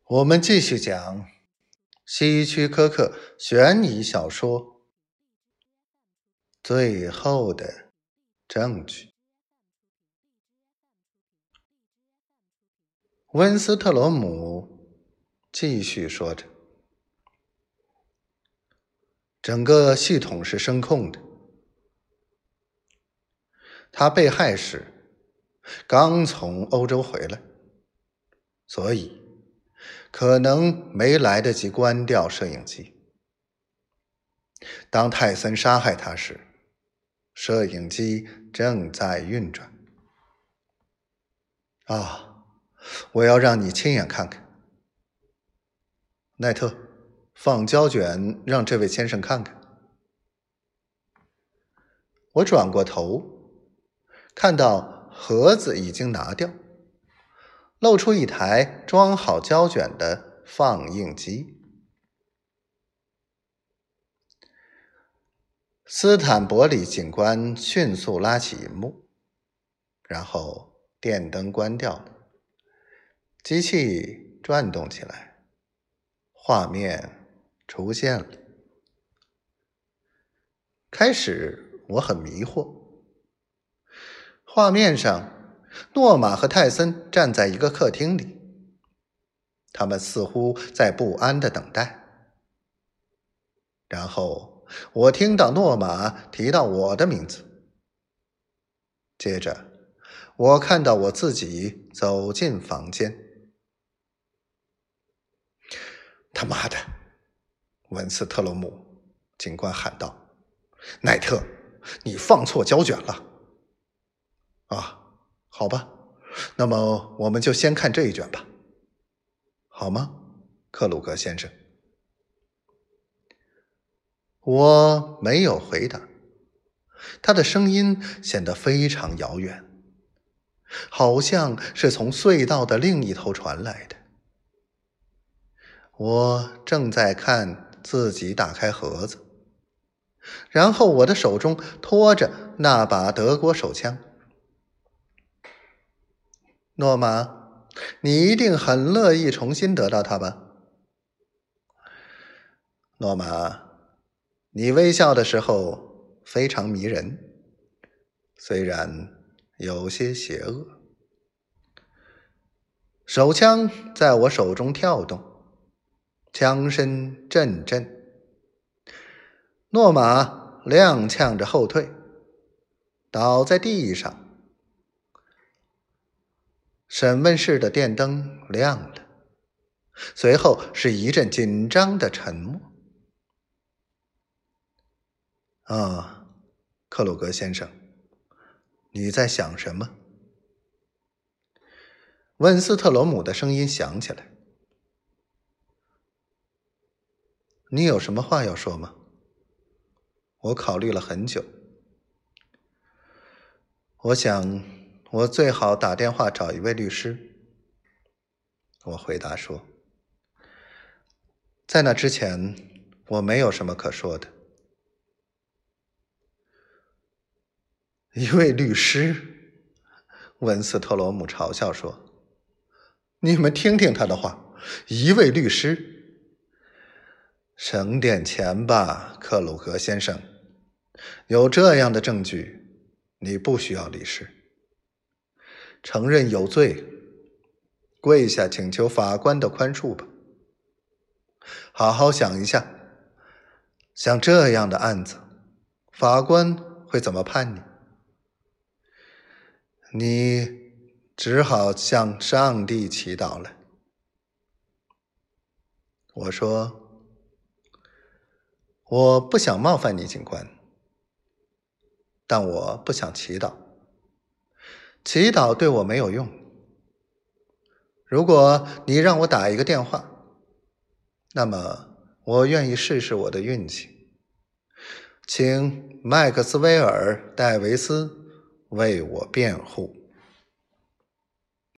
我们继续讲希区柯克悬疑小说《最后的证据》。温斯特罗姆继续说着，整个系统是声控的。他被害时刚从欧洲回来，所以可能没来得及关掉摄影机。当泰森杀害他时，摄影机正在运转。我要让你亲眼看看。奈特，放胶卷让这位先生看看。我转过头，看到盒子已经拿掉，露出一台装好胶卷的放映机。斯坦伯里警官迅速拉起荧幕，然后电灯关掉了，机器转动起来，画面出现了。开始我很迷惑，画面上诺玛和泰森站在一个客厅里，他们似乎在不安地等待。然后我听到诺玛提到我的名字，接着我看到我自己走进房间。他妈的！文斯特罗姆警官喊道，奈特，你放错胶卷了。好吧，那么我们就先看这一卷吧，好吗，克鲁格先生？我没有回答，他的声音显得非常遥远，好像是从隧道的另一头传来的。我正在看自己打开盒子，然后我的手中托着那把德国手枪。诺玛，你一定很乐意重新得到它吧？诺玛，你微笑的时候非常迷人，虽然有些邪恶。手枪在我手中跳动，枪声阵阵。诺玛踉跄着后退，倒在地上。审问室的电灯亮了，随后是一阵紧张的沉默。克鲁格先生，你在想什么？温斯特罗姆的声音响起来。你有什么话要说吗？我考虑了很久。我想我最好打电话找一位律师。我回答说，在那之前我没有什么可说的。一位律师？温斯特罗姆嘲笑说，你们听听他的话，一位律师。省点钱吧，克鲁格先生，有这样的证据，你不需要律师。承认有罪，跪下请求法官的宽恕吧。好好想一下，像这样的案子，法官会怎么判你？你只好向上帝祈祷了。我说，我不想冒犯你，警官，但我不想祈祷。祈祷对我没有用。如果你让我打一个电话，那么我愿意试试我的运气。请麦克斯韦尔·戴维斯为我辩护。